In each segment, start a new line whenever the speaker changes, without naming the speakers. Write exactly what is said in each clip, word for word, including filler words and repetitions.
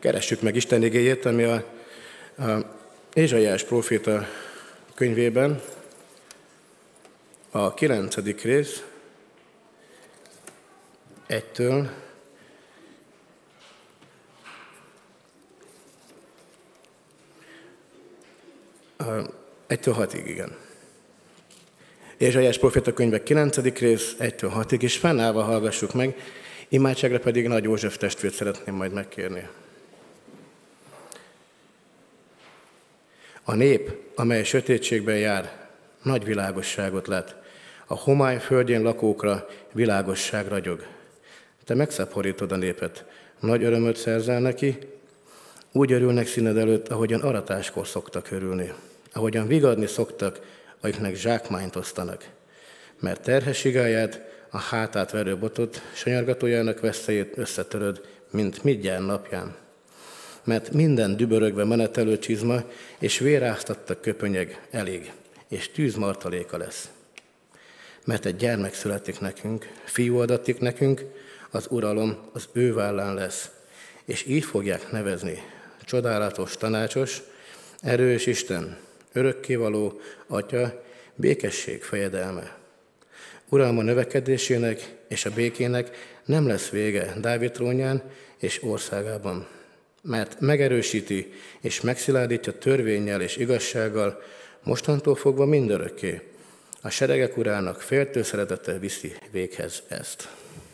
Keressük meg Isten igéjét, ami a, a Ézsaiás próféta könyvében a kilencedik rész, egytől egytől hatig, igen. Ézsaiás próféta könyve kilencedik rész, egytől hatig, és fennállva hallgassuk meg, imádságra pedig Nagy József testvért szeretném majd megkérni. A nép, amely sötétségben jár, nagy világosságot lát. A homály földjén lakókra világosság ragyog. Te megszaporítod a népet, nagy örömöt szerzel neki, úgy örülnek színed előtt, ahogyan aratáskor szoktak örülni, ahogyan vigadni szoktak, akiknek zsákmányt osztanak. Mert terhes igáját, a hátát verő botot, sanyargatójának veszélyét összetöröd, mint midján napján. Mert minden dübörögve menetelő csizma és véráztattak köpönyeg elég, és tűzmartaléka lesz. Mert egy gyermek születik nekünk, fiú adatik nekünk, az uralom az ő vállán lesz, és így fogják nevezni, csodálatos, tanácsos, erős Isten, örökkévaló Atya, békesség fejedelme. Uralma növekedésének és a békének nem lesz vége Dávid trónján és országában, mert megerősíti és megszilárdítja törvénnyel és igazsággal, mostantól fogva mindörökké. A seregek urának féltő szeretete viszi véghez ezt.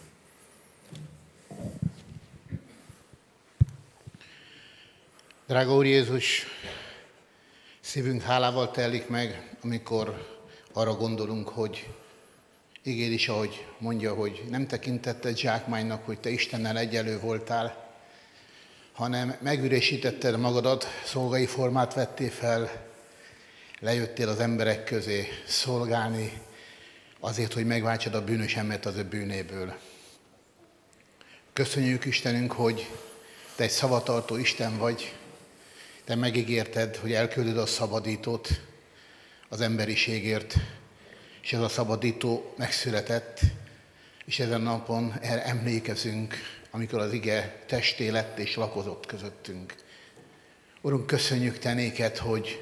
Drága Úr Jézus, szívünk hálával telik meg, amikor arra gondolunk, hogy igéd is, ahogy mondja, hogy nem tekintetted zsákmánynak, hogy te Istennel egyelő voltál, hanem megüresítetted magadat, szolgai formát vettél fel, lejöttél az emberek közé szolgálni, azért, hogy megváltsad a bűnös embert az ő bűnéből. Köszönjük Istenünk, hogy te egy szavatartó Isten vagy, te megígérted, hogy elküldöd a szabadítót az emberiségért, és ez a szabadító megszületett, és ezen napon erre emlékezünk, amikor az ige testé lett és lakozott közöttünk. Urunk, köszönjük te néked, hogy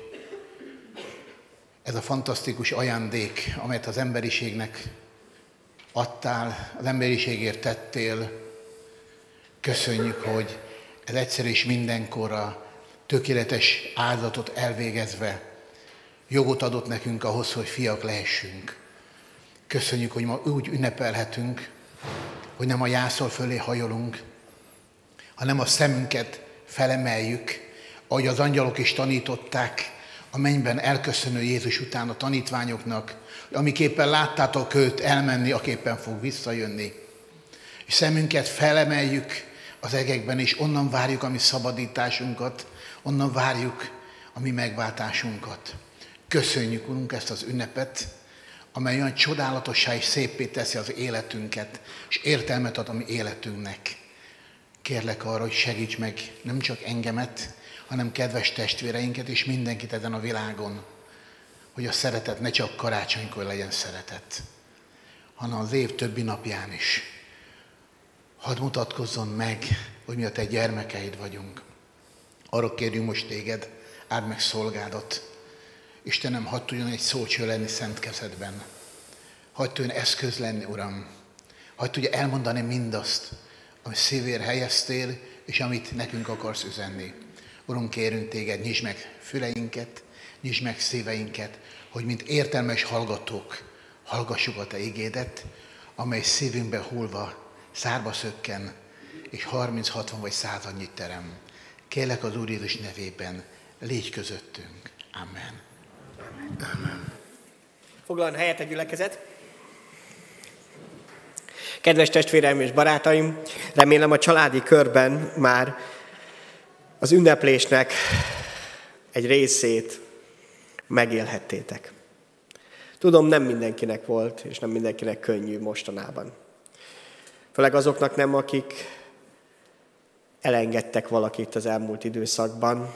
ez a fantasztikus ajándék, amelyet az emberiségnek adtál, az emberiségért tettél, köszönjük, hogy ez egyszer és mindenkorra tökéletes áldozatot elvégezve jogot adott nekünk ahhoz, hogy fiak lehessünk. Köszönjük, hogy ma úgy ünnepelhetünk, hogy nem a jászol fölé hajolunk, hanem a szemünket felemeljük, ahogy az angyalok is tanították a mennyben elköszönő Jézus után a tanítványoknak, hogy amiképpen láttátok őt elmenni, aképpen fog visszajönni. És szemünket felemeljük az egekben, és onnan várjuk a mi szabadításunkat, onnan várjuk a mi megváltásunkat. Köszönjük, Urunk, ezt az ünnepet, amely olyan csodálatossá és széppé teszi az életünket, és értelmet ad a mi életünknek. Kérlek arra, hogy segíts meg nem csak engemet, hanem kedves testvéreinket és mindenkit ezen a világon, hogy a szeretet ne csak karácsonykor legyen szeretet, hanem az év többi napján is. Hadd mutatkozzon meg, hogy mi a te gyermekeid vagyunk. Arra kérjünk most téged, áld meg szolgádat. Istenem, hadd tudjon egy szócső lenni szent kezedben. Hadd tudjon eszköz lenni, Uram. Hadd tudja elmondani mindazt, amit szívér helyeztél, és amit nekünk akarsz üzenni. Uram, kérünk téged, nyisd meg füleinket, nyisd meg szíveinket, hogy mint értelmes hallgatók hallgassuk a te igédet, amely szívünkbe hullva szárba szökken, és harminc, hatvan vagy száz annyit terem. Kérlek az Úr Jézus nevében, légy közöttünk. Amen.
Amen.
Foglaljon helyet a gyülekezet. Kedves testvéreim és barátaim, remélem a családi körben már az ünneplésnek egy részét megélhettétek. Tudom, nem mindenkinek volt, és nem mindenkinek könnyű mostanában. Főleg azoknak nem, akik elengedtek valakit az elmúlt időszakban,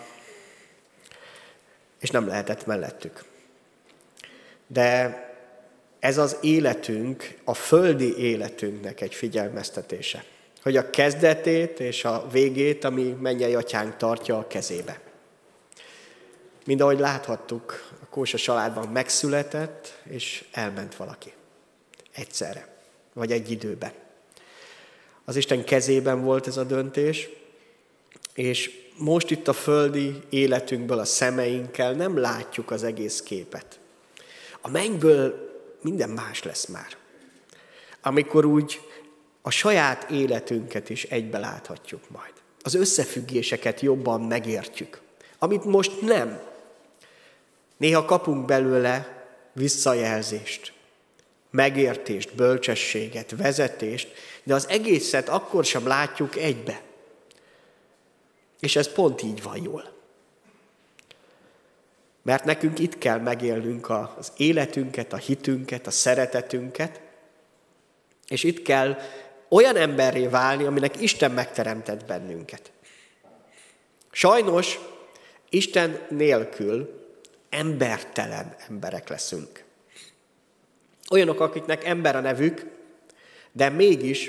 és nem lehetett mellettük. De ez az életünk, a földi életünknek egy figyelmeztetése. hogy a kezdetét és a végét, ami mennyei atyánk tartja a kezébe. Mind ahogy láthattuk, a Kósa családban megszületett, és elment valaki. Egyszerre, vagy egy időben. Az Isten kezében volt ez a döntés, és most itt a földi életünkből, a szemeinkkel nem látjuk az egész képet. A mennyből minden más lesz már. Amikor úgy a saját életünket is egybe láthatjuk majd. Az összefüggéseket jobban megértjük, amit most nem. Néha kapunk belőle visszajelzést, megértést, bölcsességet, vezetést, de az egészet akkor sem látjuk egybe. És ez pont így van jól. Mert nekünk itt kell megélnünk az életünket, a hitünket, a szeretetünket, és itt kell olyan emberré válni, aminek Isten megteremtett bennünket. Sajnos Isten nélkül embertelen emberek leszünk. Olyanok, akiknek ember a nevük, de mégis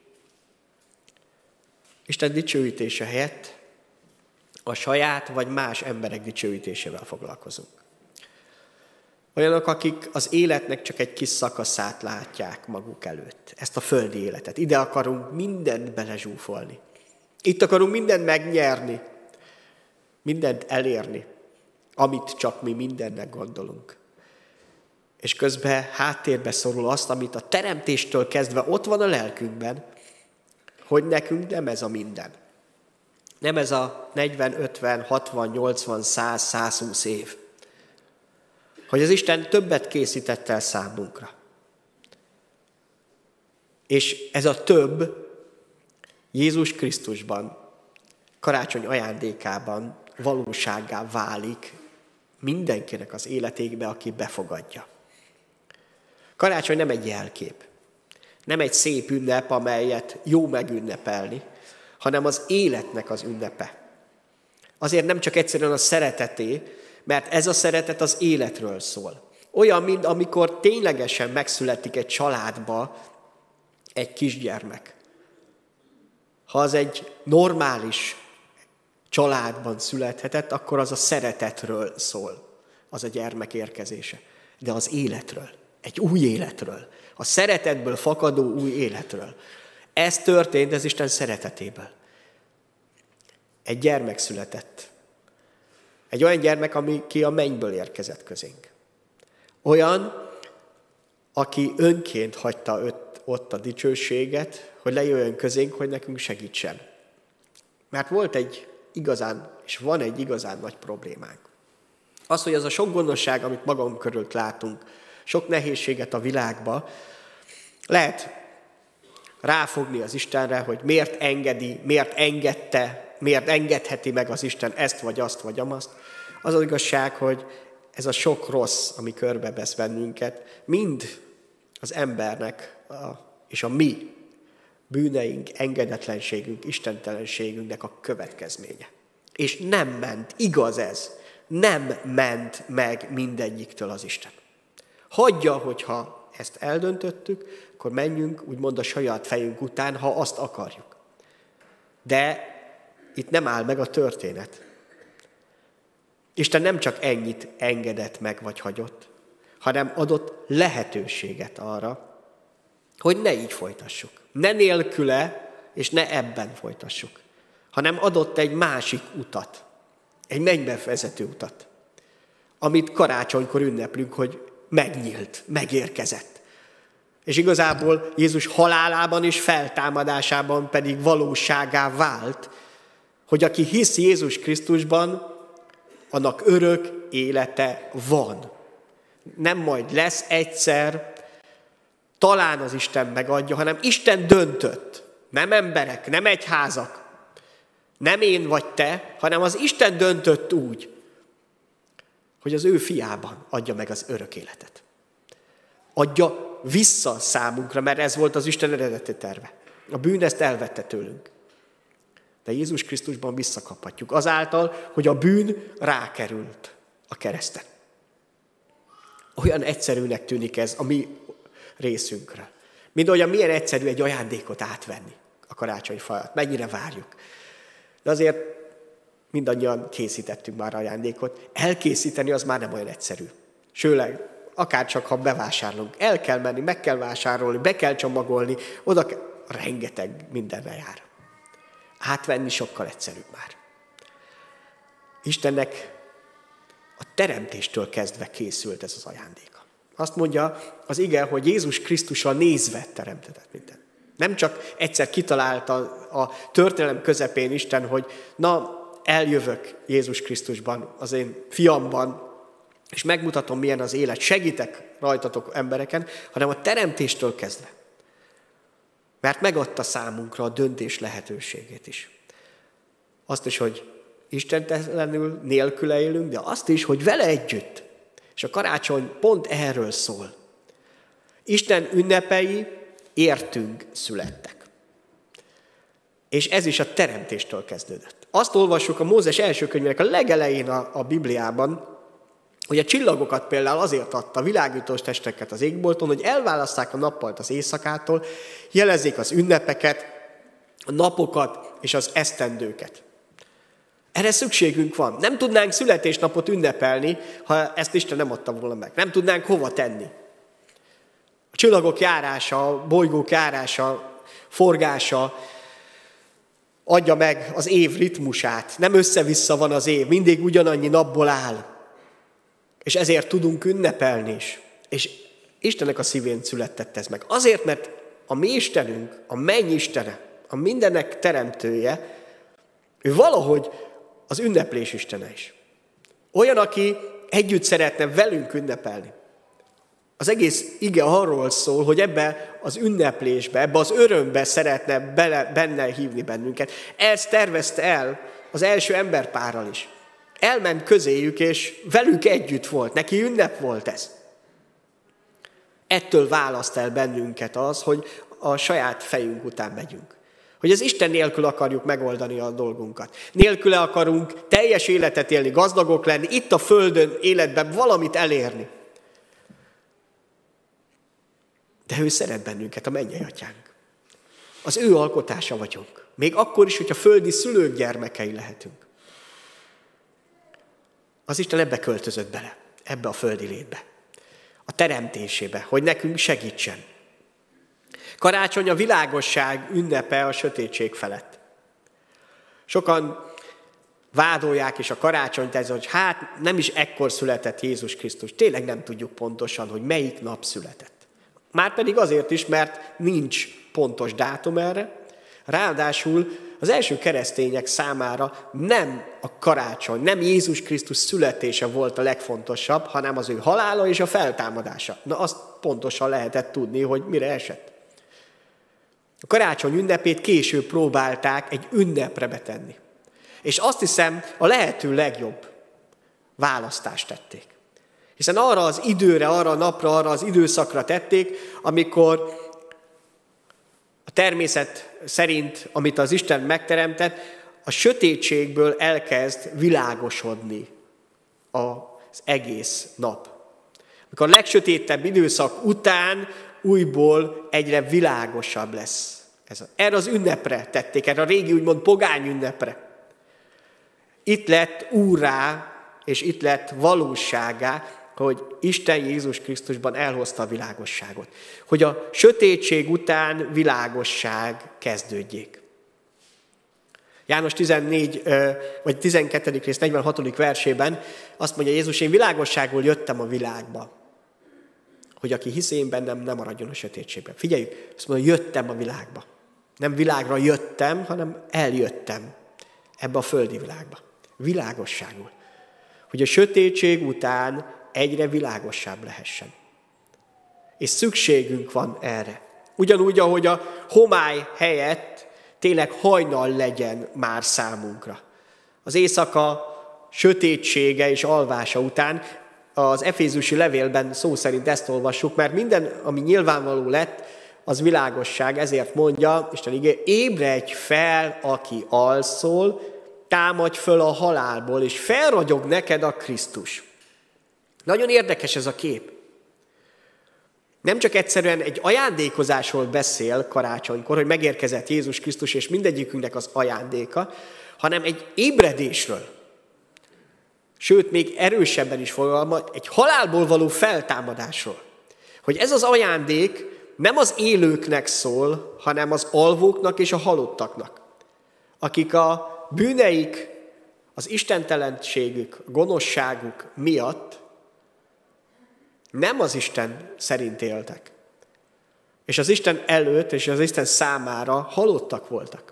Isten dicsőítése helyett a saját vagy más emberek dicsőítésével foglalkozunk. Olyanok, akik az életnek csak egy kis szakaszát látják maguk előtt. Ezt a földi életet. Ide akarunk mindent belezsúfolni. Itt akarunk mindent megnyerni. Mindent elérni. Amit csak mi mindennek gondolunk. És közben háttérbe szorul azt, amit a teremtéstől kezdve ott van a lelkünkben, hogy nekünk nem ez a minden. Nem ez a negyven, ötven, hatvan, nyolcvan, száz, százhúsz év. Hogy az Isten többet készített el számunkra. És ez a több Jézus Krisztusban, karácsony ajándékában valósággá válik mindenkinek az életébe, aki befogadja. Karácsony nem egy jelkép, nem egy szép ünnep, amelyet jó megünnepelni, hanem az életnek az ünnepe. Azért nem csak egyszerűen a szereteté, mert ez a szeretet az életről szól. Olyan, mint amikor ténylegesen megszületik egy családba egy kisgyermek. Ha az egy normális családban születhetett, akkor az a szeretetről szól, az a gyermek érkezése. De az életről, egy új életről, a szeretetből fakadó új életről. Ez történt az Isten szeretetéből. Egy gyermek született. Egy olyan gyermek, ami ki a mennyből érkezett közénk. Olyan, aki önként hagyta öt, ott a dicsőséget, hogy lejöjjön közénk, hogy nekünk segítsen. Mert volt egy igazán, és van egy igazán nagy problémánk. Az, hogy az a sok gonoszság, amit magunk körül látunk, sok nehézséget a világba, lehet ráfogni az Istenre, hogy miért engedi, miért engedte, miért engedheti meg az Isten ezt, vagy azt, vagy amazt. Az az igazság, hogy ez a sok rossz, ami körbevesz bennünket, mind az embernek a, és a mi bűneink, engedetlenségünk, istentelenségünknek a következménye. És nem ment, igaz ez, nem ment meg mindegyiktől az Isten. Hagyja, hogyha ezt eldöntöttük, akkor menjünk, úgymond a saját fejünk után, ha azt akarjuk. De itt nem áll meg a történet. Isten nem csak ennyit engedett meg, vagy hagyott, hanem adott lehetőséget arra, hogy ne így folytassuk. Ne nélküle, és ne ebben folytassuk, hanem adott egy másik utat, egy mennybe vezető utat, amit karácsonykor ünneplünk, hogy megnyílt, megérkezett. És igazából Jézus halálában és feltámadásában pedig valóságá vált, hogy aki hisz Jézus Krisztusban, annak örök élete van. Nem majd lesz egyszer, talán az Isten megadja, hanem Isten döntött. Nem emberek, nem egyházak, nem én vagy te, hanem az Isten döntött úgy, hogy az ő fiában adja meg az örök életet. Adja vissza számunkra, mert ez volt az Isten eredeti terve. A bűn ezt elvette tőlünk. De Jézus Krisztusban visszakaphatjuk. Azáltal, hogy a bűn rákerült a kereszten. Olyan egyszerűnek tűnik ez a mi részünkre. Mint olyan milyen egyszerű egy ajándékot átvenni. a karácsonyfát, mennyire várjuk. De azért mindannyian készítettünk már ajándékot. Elkészíteni az már nem olyan egyszerű. Sőleg, akárcsak ha bevásárlunk, el kell menni, meg kell vásárolni, be kell csomagolni, oda kell, rengeteg mindenre jár. Átvenni sokkal egyszerűbb már. Istennek a teremtéstől kezdve készült ez az ajándéka. Azt mondja az ige, hogy Jézus Krisztusra nézve teremtetett mindent. Nem csak egyszer kitalálta a történelem közepén Isten, hogy na, eljövök Jézus Krisztusban, az én fiamban, és megmutatom, milyen az élet, segítek rajtatok embereken, hanem a teremtéstől kezdve. Mert megadta számunkra a döntés lehetőségét is. Azt is, hogy istentelenül nélküle élünk, de azt is, hogy vele együtt. És a karácsony pont erről szól. Isten ünnepei értünk születtek. És ez is a teremtéstől kezdődött. Azt olvassuk a Mózes első könyvének a legelején a, a Bibliában, hogy a csillagokat például azért adta, világítós testeket az égbolton, hogy elválasszák a nappalt az éjszakától, jelezzék az ünnepeket, a napokat és az esztendőket. Erre szükségünk van. Nem tudnánk születésnapot ünnepelni, ha ezt Isten nem adta volna meg. Nem tudnánk hova tenni. A csillagok járása, a bolygók járása, forgása adja meg az év ritmusát. Nem össze-vissza van az év, mindig ugyanannyi napból áll. És ezért tudunk ünnepelni is. És Istennek a szívén született ez meg. Azért, mert a mi Istenünk, a menny Istene, a mindennek teremtője, ő valahogy az ünneplés Istene is. Olyan, aki együtt szeretne velünk ünnepelni. Az egész ige arról szól, hogy ebbe az ünneplésbe, ebbe az örömbe szeretne bele, benne hívni bennünket. Ezt tervezte el az első emberpárral is. Elment közéjük, és velük együtt volt. Neki ünnep volt ez. Ettől választ el bennünket az, hogy a saját fejünk után megyünk. Hogy az Isten nélkül akarjuk megoldani a dolgunkat. Nélküle akarunk teljes életet élni, gazdagok lenni, itt a földön, életben valamit elérni. De ő szeret bennünket, a mennyei atyánk. Az ő alkotása vagyunk. Még akkor is, hogyha földi szülők gyermekei lehetünk. Az Isten ebbe költözött bele, ebbe a földi létbe. A teremtésébe, hogy nekünk segítsen. Karácsony a világosság ünnepe a sötétség felett. Sokan vádolják is a karácsonyt ezzel, hogy hát nem is ekkor született Jézus Krisztus. Tényleg nem tudjuk pontosan, hogy melyik nap született. Márpedig azért is, mert nincs pontos dátum erre. Ráadásul az első keresztények számára nem a karácsony, nem Jézus Krisztus születése volt a legfontosabb, hanem az ő halála és a feltámadása. Na azt pontosan lehetett tudni, hogy mire esett. A karácsony ünnepét később próbálták egy ünnepre betenni. És azt hiszem, a lehető legjobb választást tették. Hiszen arra az időre, arra a napra, arra az időszakra tették, amikor a természet szerint, amit az Isten megteremtett, a sötétségből elkezd világosodni az egész nap. Amikor a legsötétebb időszak után újból egyre világosabb lesz. Ez a, erre az ünnepre tették, erre a régi úgymond pogány ünnepre. Itt lett úrrá, és itt lett valóságá, hogy Isten Jézus Krisztusban elhozta a világosságot. Hogy a sötétség után világosság kezdődjék. János tizennégy, vagy tizenkettedik rész negyvenhatodik versében azt mondja Jézus, én világosságból jöttem a világba, hogy aki hisz én bennem, nem maradjon a sötétségben. Figyeljük, azt mondja, jöttem a világba. Nem világra jöttem, hanem eljöttem ebbe a földi világba. Világosságul. Hogy a sötétség után egyre világosabb lehessen. És szükségünk van erre. Ugyanúgy, ahogy a homály helyett tényleg hajnal legyen már számunkra. Az éjszaka sötétsége és alvása után az Efézusi levélben szó szerint ezt olvassuk, mert minden, ami nyilvánvaló lett, az világosság, ezért mondja Isten igéje, ébredj fel, aki alszol, támadj föl a halálból, és felragyog neked a Krisztus. Nagyon érdekes ez a kép. Nem csak egyszerűen egy ajándékozásról beszél karácsonykor, hogy megérkezett Jézus Krisztus, és mindegyikünknek az ajándéka, hanem egy ébredésről. Sőt, még erősebben is fogalmaz, egy halálból való feltámadásról. Hogy ez az ajándék nem az élőknek szól, hanem az alvóknak és a halottaknak, akik a bűneik, az istentelenségük, gonoszságuk miatt nem az Isten szerint éltek. És az Isten előtt és az Isten számára halottak voltak.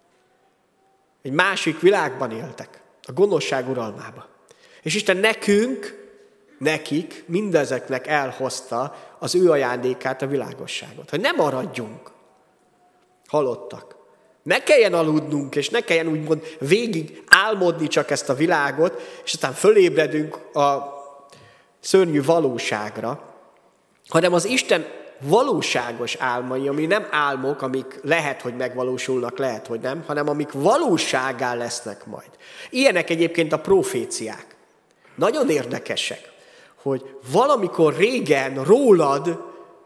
Egy másik világban éltek, a gonoszság uralmába. És Isten nekünk, nekik, mindezeknek elhozta az ő ajándékát, a világosságot. Hogy ne maradjunk halottak. Ne kelljen aludnunk, és ne kelljen úgymond végig álmodni csak ezt a világot, és aztán fölébredünk a szörnyű valóságra, hanem az Isten valóságos álmai, ami nem álmok, amik lehet, hogy megvalósulnak, lehet, hogy nem, hanem amik valósággá lesznek majd. Ilyenek egyébként a proféciák. Nagyon érdekesek, hogy valamikor régen rólad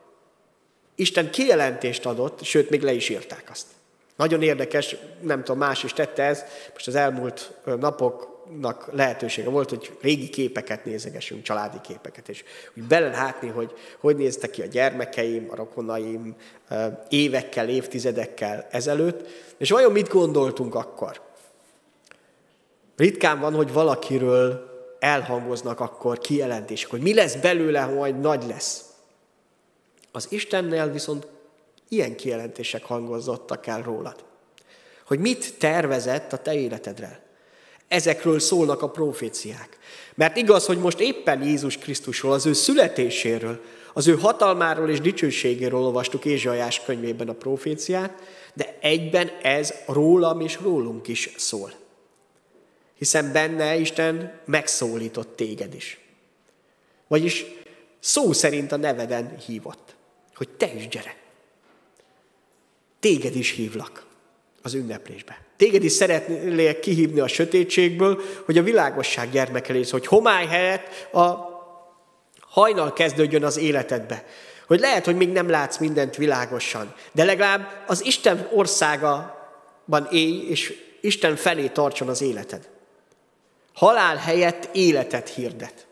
Isten kijelentést adott, sőt, még le is írták azt. Nagyon érdekes, nem tudom, más is tette ez, most az elmúlt napoknak lehetősége volt, hogy régi képeket nézegessünk, családi képeket, és úgy belelátni, hogy hogy néztek ki a gyermekeim, a rokonaim évekkel, évtizedekkel ezelőtt, és vajon mit gondoltunk akkor? Ritkán van, hogy valakiről elhangoznak akkor kijelentések, hogy mi lesz belőle, ha majd nagy lesz. Az Istennel viszont ilyen kijelentések hangozottak el rólad. Hogy mit tervezett a te életedre. Ezekről szólnak a proféciák. Mert igaz, hogy most éppen Jézus Krisztusról, az ő születéséről, az ő hatalmáról és dicsőségéről olvastuk Ézsaiás könyvében a proféciát, de egyben ez rólam és rólunk is szól. Hiszen benne Isten megszólított téged is. Vagyis szó szerint a neveden hívott, hogy te is gyere. Téged is hívlak az ünneplésbe. Téged is szeretnélek kihívni a sötétségből, hogy a világosság gyermeke lész, hogy homály helyett a hajnal kezdődjön az életedbe. Hogy lehet, hogy még nem látsz mindent világosan, de legalább az Isten országában élj, és Isten felé tartson az életed. Halál helyett életet hirdet.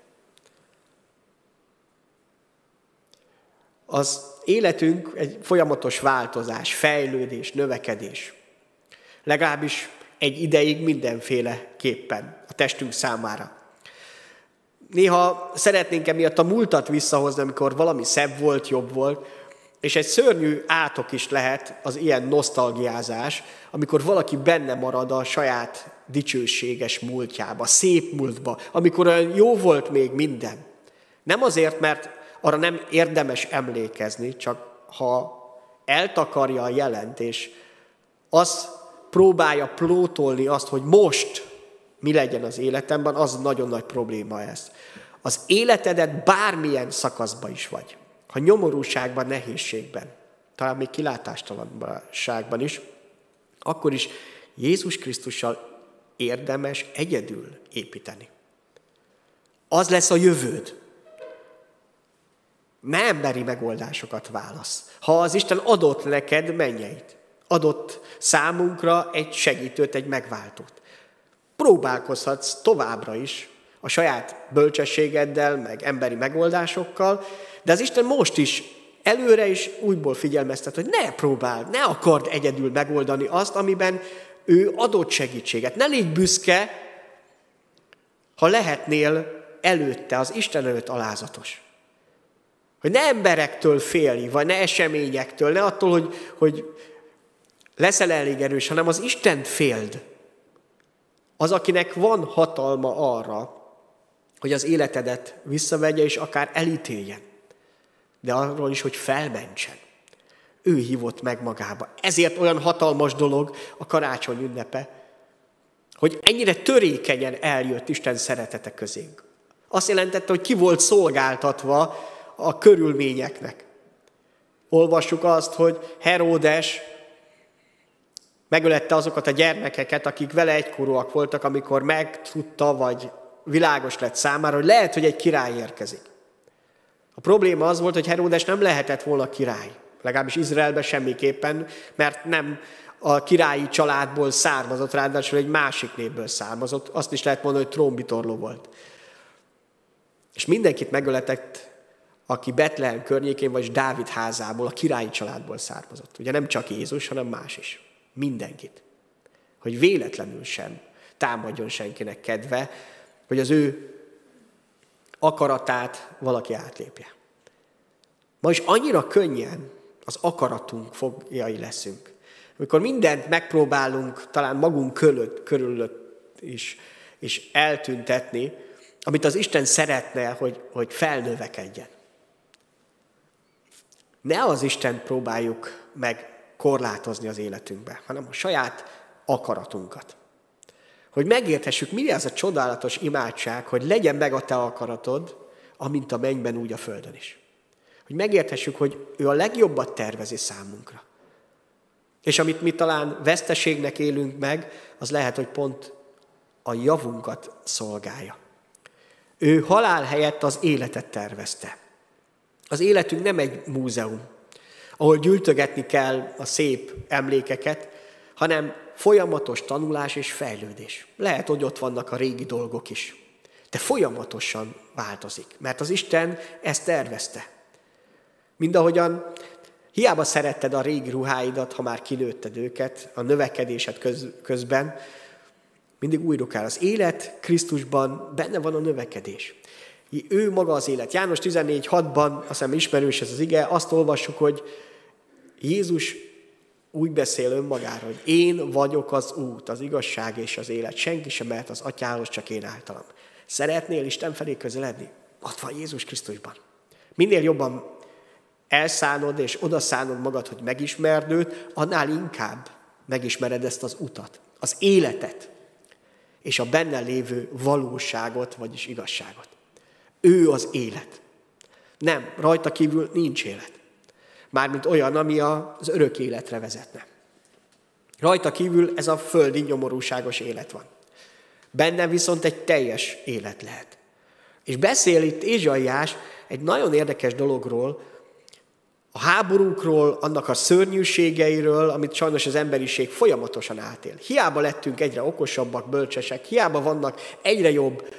Az életünk egy folyamatos változás, fejlődés, növekedés. Legalábbis egy ideig mindenféleképpen a testünk számára. Néha szeretnénk emiatt a múltat visszahozni, amikor valami szebb volt, jobb volt, és egy szörnyű átok is lehet az ilyen nosztalgiázás, amikor valaki benne marad a saját dicsőséges múltjába, szép múltba, amikor olyan jó volt még minden. Nem azért, mert arra nem érdemes emlékezni, csak ha eltakarja a jelent, és az próbálja plótolni azt, hogy most mi legyen az életemben, az nagyon nagy probléma ez. Az életedet bármilyen szakaszban is vagy, ha nyomorúságban, nehézségben, talán még kilátástalanságban is, akkor is Jézus Krisztussal érdemes egyedül építeni. Az lesz a jövőd. Ne emberi megoldásokat válasz. Ha az Isten adott neked mennyeit, adott számunkra egy segítőt, egy megváltót. Próbálkozhatsz továbbra is a saját bölcsességeddel, meg emberi megoldásokkal, de az Isten most is előre is újból figyelmeztet, hogy ne próbáld, ne akard egyedül megoldani azt, amiben ő adott segítséget. Ne légy büszke, ha lehetnél előtte, az Isten előtt alázatos. Hogy ne emberektől félj, vagy ne eseményektől, ne attól, hogy, hogy leszel elég erős, hanem az Istent féld. Az, akinek van hatalma arra, hogy az életedet visszavegye, és akár elítéljen. De arról is, hogy felmentsen. Ő hívott meg magába. Ezért olyan hatalmas dolog a karácsony ünnepe, hogy ennyire törékenyen eljött Isten szeretete közénk. Azt jelentette, hogy ki volt szolgáltatva a körülményeknek. Olvassuk azt, hogy Heródes megölette azokat a gyermekeket, akik vele egykorúak voltak, amikor megtudta, vagy világos lett számára, hogy lehet, hogy egy király érkezik. A probléma az volt, hogy Heródes nem lehetett volna király. Legalábbis Izraelben semmiképpen, mert nem a királyi családból származott, ráadásul egy másik népből származott. Azt is lehet mondani, hogy trónbitorló volt. És mindenkit megöletett, aki Betlehem környékén, vagy Dávid házából, a királyi családból származott. Ugye nem csak Jézus, hanem más is. Mindenkit. Hogy véletlenül sem támadjon senkinek kedve, hogy az ő akaratát valaki átlépje. Ma is annyira könnyen az akaratunk fogjai leszünk. Amikor mindent megpróbálunk talán magunk körül, körülött is, is eltüntetni, amit az Isten szeretne, hogy, hogy felnövekedjen. Ne az Istent próbáljuk meg korlátozni az életünkbe, hanem a saját akaratunkat. Hogy megérthessük, mi az a csodálatos imádság, hogy legyen meg a te akaratod, amint a mennyben, úgy a földön is. Hogy megérthessük, hogy ő a legjobbat tervezi számunkra. És amit mi talán veszteségnek élünk meg, az lehet, hogy pont a javunkat szolgálja. Ő halál helyett az életet tervezte. Az életünk nem egy múzeum, ahol gyűjtögetni kell a szép emlékeket, hanem folyamatos tanulás és fejlődés. Lehet, hogy ott vannak a régi dolgok is, de folyamatosan változik, mert az Isten ezt tervezte. Mindahogyan hiába szeretted a régi ruháidat, ha már kinőtted őket, a növekedésed köz, közben, mindig újra kell. Az élet Krisztusban benne van a növekedés. Ő maga az élet. János tizennégy hatban, azt hiszem ismerős ez az ige, azt olvassuk, hogy Jézus úgy beszél önmagáról, hogy én vagyok az út, az igazság és az élet. Senki sem mehet az atyához, csak én általam. Szeretnél Isten felé közeledni? Ott van Jézus Krisztusban. Minél jobban elszánod és odaszánod magad, hogy megismerd őt, annál inkább megismered ezt az utat, az életet, és a benne lévő valóságot, vagyis igazságot. Ő az élet. Nem, rajta kívül nincs élet. Mármint olyan, ami az örök életre vezetne. Rajta kívül ez a földi nyomorúságos élet van. Benne viszont egy teljes élet lehet. És beszél itt Ézsaiás egy nagyon érdekes dologról, a háborúkról, annak a szörnyűségeiről, amit sajnos az emberiség folyamatosan átél. Hiába lettünk egyre okosabbak, bölcsesek, hiába vannak egyre jobb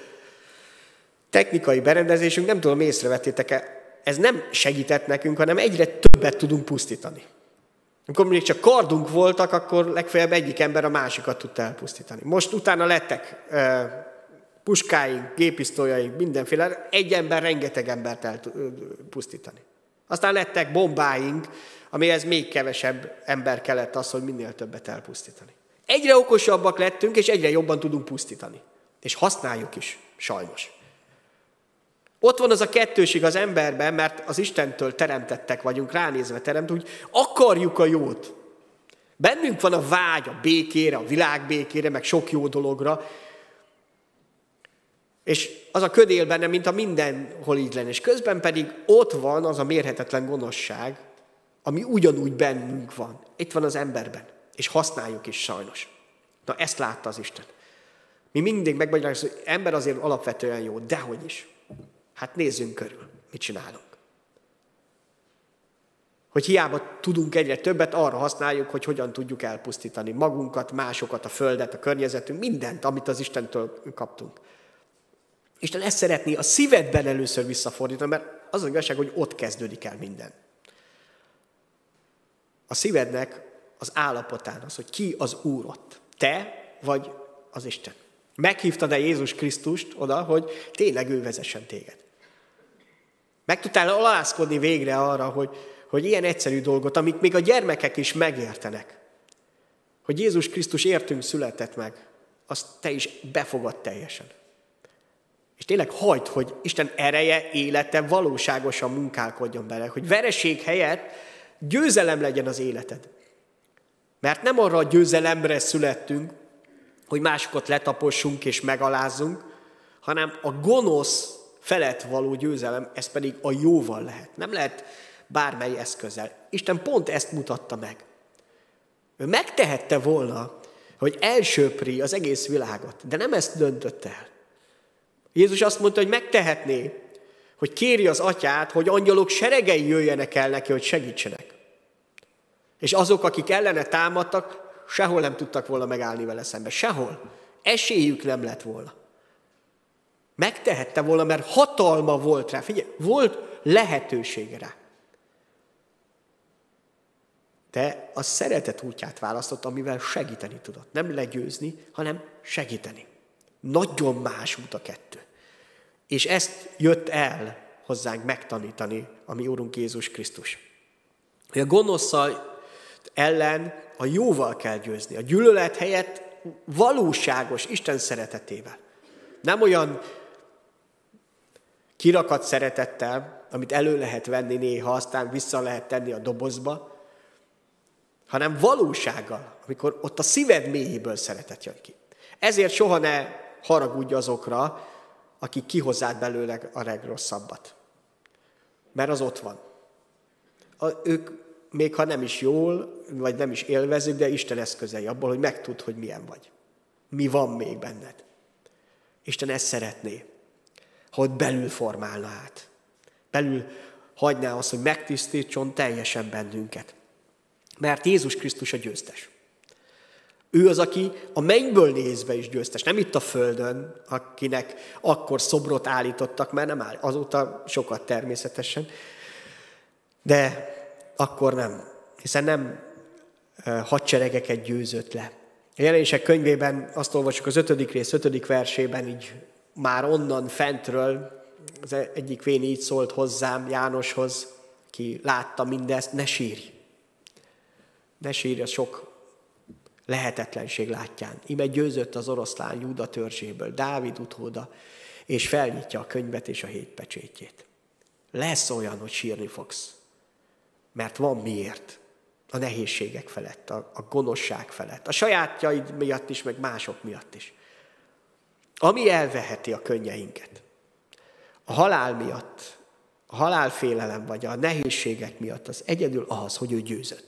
technikai berendezésünk, nem tudom, észrevettétek-e, ez nem segített nekünk, hanem egyre többet tudunk pusztítani. Amikor még csak kardunk voltak, akkor legfeljebb egyik ember a másikat tudta elpusztítani. Most utána lettek uh, puskáink, gépisztolyaink, mindenféle, egy ember rengeteg embert elpusztítani. Aztán lettek bombáink, amihez még kevesebb ember kellett az, hogy minél többet elpusztítani. Egyre okosabbak lettünk, és egyre jobban tudunk pusztítani. És használjuk is, sajnos. Ott van az a kettőség az emberben, mert az Istentől teremtettek vagyunk, ránézve teremt, úgy akarjuk a jót. Bennünk van a vágy a békére, a világ békére, meg sok jó dologra, és az a köd él benne, mint a mindenhol így lenne. És közben pedig ott van az a mérhetetlen gonoszság, ami ugyanúgy bennünk van. Itt van az emberben, és használjuk is sajnos. Na, ezt látta az Isten. Mi mindig megmagyarázzuk, hogy ember azért alapvetően jó, dehogy is. Hát nézzünk körül, mit csinálunk. Hogy hiába tudunk egyre többet, arra használjuk, hogy hogyan tudjuk elpusztítani magunkat, másokat, a földet, a környezetünk, mindent, amit az Istentől kaptunk. Isten ezt szeretné a szívedben először visszafordítani, mert az az igazság, hogy ott kezdődik el minden. A szívednek az állapotán az, hogy ki az Úr ott. Te vagy az Isten. Meghívtad-e Jézus Krisztust oda, hogy tényleg ő vezessen téged? Meg tudtál alázkodni végre arra, hogy, hogy ilyen egyszerű dolgot, amit még a gyermekek is megértenek, hogy Jézus Krisztus értünk született meg, azt te is befogad teljesen. És tényleg hagyd, hogy Isten ereje, élete valóságosan munkálkodjon bele, hogy vereség helyett győzelem legyen az életed. Mert nem arra a győzelemre születtünk, hogy másokat letapossunk és megalázzunk, hanem a gonosz felett való győzelem, ez pedig a jóval lehet. Nem lehet bármely eszközzel. Isten pont ezt mutatta meg. Ő megtehette volna, hogy elsöpri az egész világot, de nem ezt döntött el. Jézus azt mondta, hogy megtehetné, hogy kéri az atyát, hogy angyalok seregei jöjjenek el neki, hogy segítsenek. És azok, akik ellene támadtak, sehol nem tudtak volna megállni vele szembe. Sehol. Esélyük nem lett volna. Megtehette volna, mert hatalma volt rá. Figyelj, volt lehetősége rá. De a szeretet útját választott, amivel segíteni tudott. Nem legyőzni, hanem segíteni. Nagyon más út a kettő. És ezt jött el hozzánk megtanítani a mi Úrunk Jézus Krisztus. Hogy a gonoszszal ellen a jóval kell győzni. A gyűlölet helyett valóságos Isten szeretetével. Nem olyan kirakat szeretettel, amit elő lehet venni néha, aztán vissza lehet tenni a dobozba, hanem valósággal, amikor ott a szíved mélyéből szeretet jön ki. Ezért soha ne haragudj azokra, akik kihozzák belőle a legrosszabbat. Mert az ott van. A, ők még ha nem is jól, vagy nem is élvezik, de Isten eszközei abból, hogy megtud, hogy milyen vagy. Mi van még benned. Isten ezt szeretné, ha ott belül formálna át. Belül hagyná azt, hogy megtisztítson teljesen bennünket. Mert Jézus Krisztus a győztes. Ő az, aki a mennyből nézve is győztes. Nem itt a földön, akinek akkor szobrot állítottak, mert nem áll. Azóta sokat természetesen. De akkor nem. Hiszen nem hadseregeket győzött le. A Jelenések könyvében azt olvasjuk az ötödik rész, ötödik versében, így már onnan fentről, az egyik vén így szólt hozzám, Jánoshoz, ki látta mindezt, ne sírj. Ne sírj a sok lehetetlenség látján. Íme győzött az oroszlán Júda törzséből, Dávid utóda, és felnyitja a könyvet és a hét pecsétjét. Lesz olyan, hogy sírni fogsz. Mert van miért. A nehézségek felett, a, a gonoszság felett, a sajátjaid miatt is, meg mások miatt is. Ami elveheti a könnyeinket. A halál miatt, a halálfélelem vagy a nehézségek miatt az egyedül az, hogy ő győzött.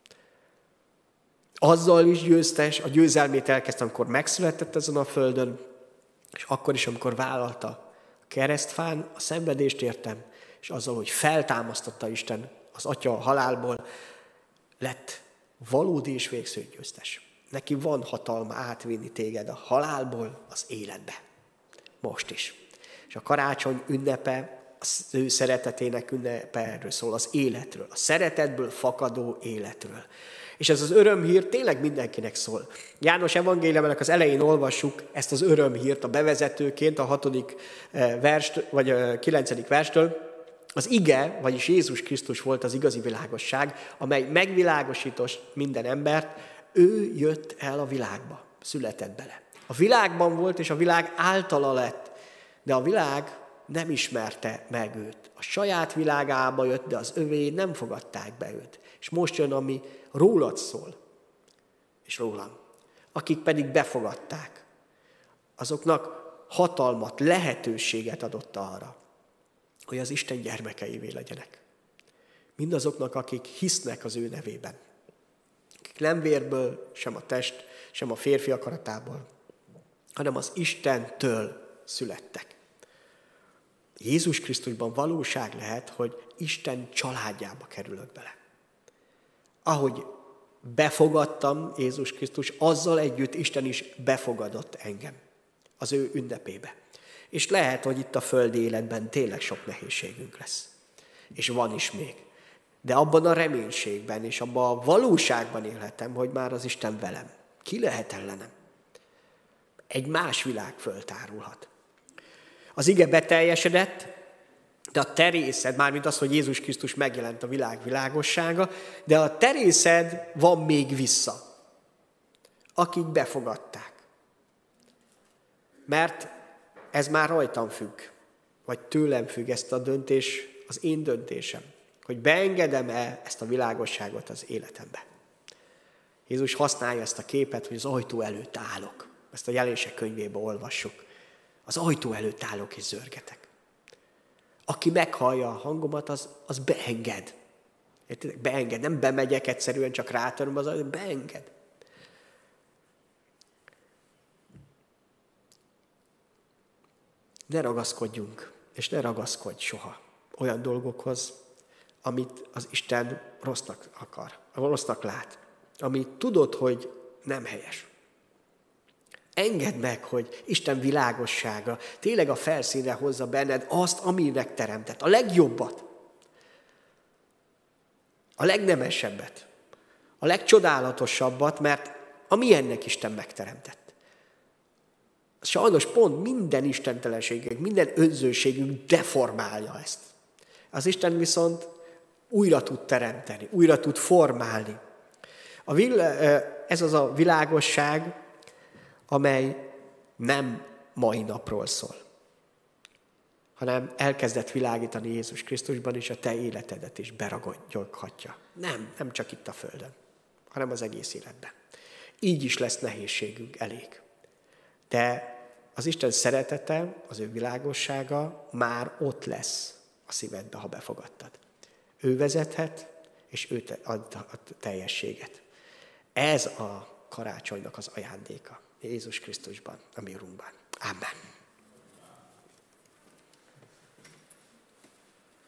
Azzal is győztes, a győzelmét elkezdte, amikor megszületett ezen a földön, és akkor is, amikor vállalta a keresztfán, a szenvedést értem, és azzal, hogy feltámasztotta Isten az Atya a halálból, lett valódi és végző győztes. Neki van hatalma átvinni téged a halálból az életbe. Most is. És a karácsony ünnepe, az ő szeretetének ünnepe erről szól, az életről, a szeretetből fakadó életről. És ez az örömhír tényleg mindenkinek szól. János evangéliumának az elején olvassuk ezt az örömhírt a bevezetőként, a hatodik verst, vagy a kilencedik verstől. Az ige, vagyis Jézus Krisztus volt az igazi világosság, amely megvilágosított minden embert, ő jött el a világba, született bele. A világban volt, és a világ általa lett, de a világ nem ismerte meg őt. A saját világába jött, de az övé nem fogadták be őt. És most jön, ami rólad szól, és rólam. Akik pedig befogadták, azoknak hatalmat, lehetőséget adott arra, hogy az Isten gyermekeivé legyenek. Mindazoknak, akik hisznek az ő nevében. Akik nem vérből, sem a test, sem a férfi akaratából, hanem az Istentől születtek. Jézus Krisztusban valóság lehet, hogy Isten családjába kerülök bele. Ahogy befogadtam Jézus Krisztus, azzal együtt Isten is befogadott engem az ő ünnepébe. És lehet, hogy itt a földi életben tényleg sok nehézségünk lesz. És van is még. De abban a reménységben és abban a valóságban élhetem, hogy már az Isten velem. Ki lehet ellenem? Egy más világ föltárulhat. Az ige beteljesedett, de a terészed, mármint az, hogy Jézus Krisztus megjelent a világ világossága, de a terészed van még vissza, akik befogadták. Mert ez már rajtam függ, vagy tőlem függ, ezt a döntés, az én döntésem, hogy beengedem-e ezt a világosságot az életembe. Jézus használja ezt a képet, hogy az ajtó előtt állok. Ezt a Jelenések könyvében olvassuk. Az ajtó előtt állok és zörgetek. Aki meghallja a hangomat, az, az beenged. Értitek? Beenged. Nem bemegyek egyszerűen, csak rátöröm az ajtót, beenged. Ne ragaszkodjunk és ne ragaszkodj soha olyan dolgokhoz, amit az Isten rossznak akar, rossznak lát, amit tudod, hogy nem helyes. Engedd meg, hogy Isten világossága tényleg a felszínre hozza benned azt, aminek teremtett, a legjobbat, a legnemesebbet, a legcsodálatosabbat, mert a milyennek Isten megteremtett. Sajnos pont minden istentelenségünk, minden önzőségünk deformálja ezt. Az Isten viszont újra tud teremteni, újra tud formálni. A vil- ez az a világosság, amely nem mai napról szól, hanem elkezdett világítani Jézus Krisztusban, és a te életedet is beragadjoghatja. Nem, nem csak itt a földön, hanem az egész életben. Így is lesz nehézségünk elég. De az Isten szeretete, az ő világossága már ott lesz a szívedbe, ha befogadtad. Ő vezethet, és ő ad a teljességet. Ez a karácsonynak az ajándéka Jézus Krisztusban, a mi Urunkban. Amen.